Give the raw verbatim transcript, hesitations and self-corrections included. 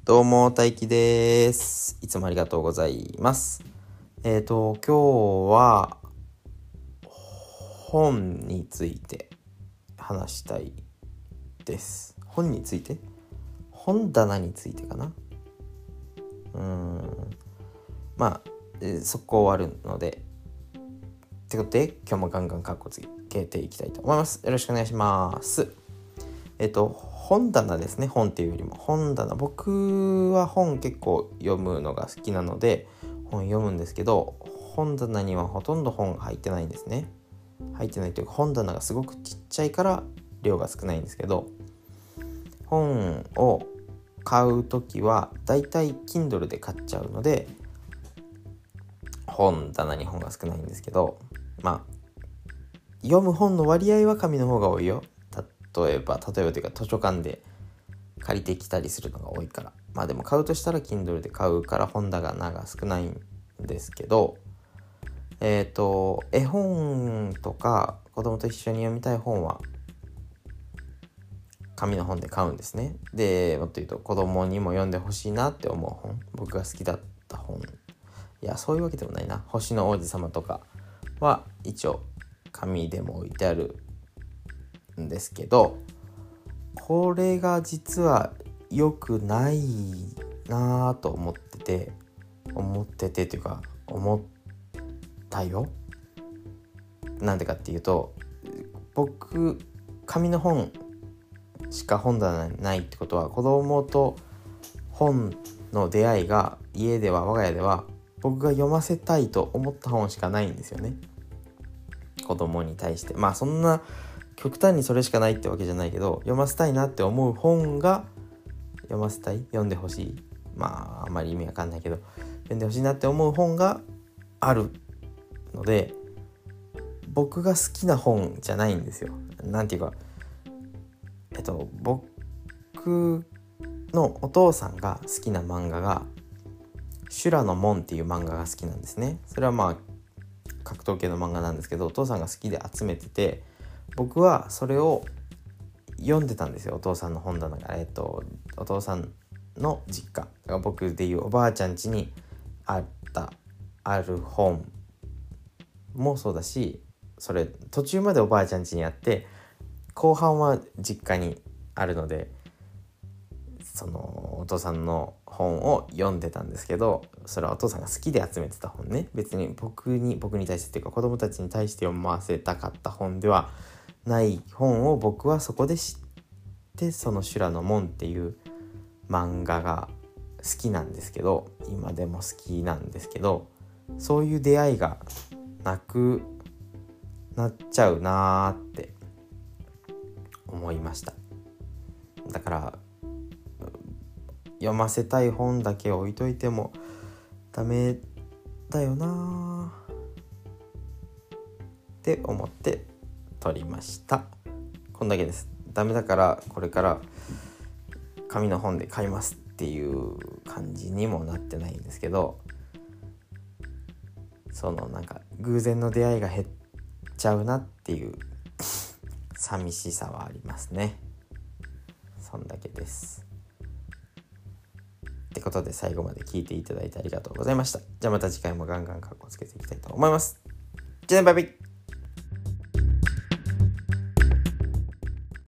どうも大輝です。いつもありがとうございます。えっと今日は本について話したいです。本について本棚についてかなうーんまあ、えー、速攻終わるのでってことで今日もガンガンカッコつけていきたいと思います。よろしくお願いします。えっと本棚ですね。本っていうよりも本棚。僕は本結構読むのが好きなので本読むんですけど、本棚にはほとんど本が入ってないんですね。入ってないというか本棚がすごくちっちゃいから量が少ないんですけど、本を買うときはだいたい Kindle で買っちゃうので本棚に本が少ないんですけど、まあ読む本の割合は紙の方が多いよ。例えば例えばというか図書館で借りてきたりするのが多いから、まあでも買うとしたら Kindle で買うから本棚が少ないんですけど、えっと絵本とか子供と一緒に読みたい本は紙の本で買うんですね。でもっと言うと子供にも読んでほしいなって思う本、僕が好きだった本、いやそういうわけでもないな、星の王子様とかは一応紙でも置いてあるんですけど、これが実は良くないなぁと思ってて思っててというか思ったよ。なんでかっていうと、僕紙の本しか本棚にないってことは、子供と本の出会いが家では我が家では僕が読ませたいと思った本しかないんですよね、子供に対して。まあそんな極端にそれしかないってわけじゃないけど、読ませたいなって思う本が読ませたい読んでほしい、まああんまり意味わかんないけど読んでほしいなって思う本があるので、僕が好きな本じゃないんですよ。なんていうかえっと僕のお父さんが好きな漫画が修羅の門っていう漫画が好きなんですね。それはまあ格闘系の漫画なんですけど、お父さんが好きで集めてて、僕はそれを読んでたんですよ。お父さんの本棚が、えっとお父さんの実家、だから僕でいうおばあちゃん家にあったある本もそうだし、それ途中までおばあちゃん家にあって後半は実家にあるので、そのお父さんの本を読んでたんですけど、それはお父さんが好きで集めてた本ね。別に僕に僕に対してっていうか子供たちに対して読ませたかった本ではない本を僕はそこで知って、その修羅の門っていう漫画が好きなんですけど、今でも好きなんですけど、そういう出会いがなくなっちゃうなーって思いました。だから読ませたい本だけ置いといてもダメだよなって思って撮りました。こんだけです。ダメだからこれから紙の本で買いますっていう感じにもなってないんですけど、そのなんか偶然の出会いが減っちゃうなっていう寂しさはありますね。そんだけです。ってことで最後まで聞いていただいてありがとうございました。じゃあまた次回もガンガンカッコつけていきたいと思います。じゃあね、バイバイ。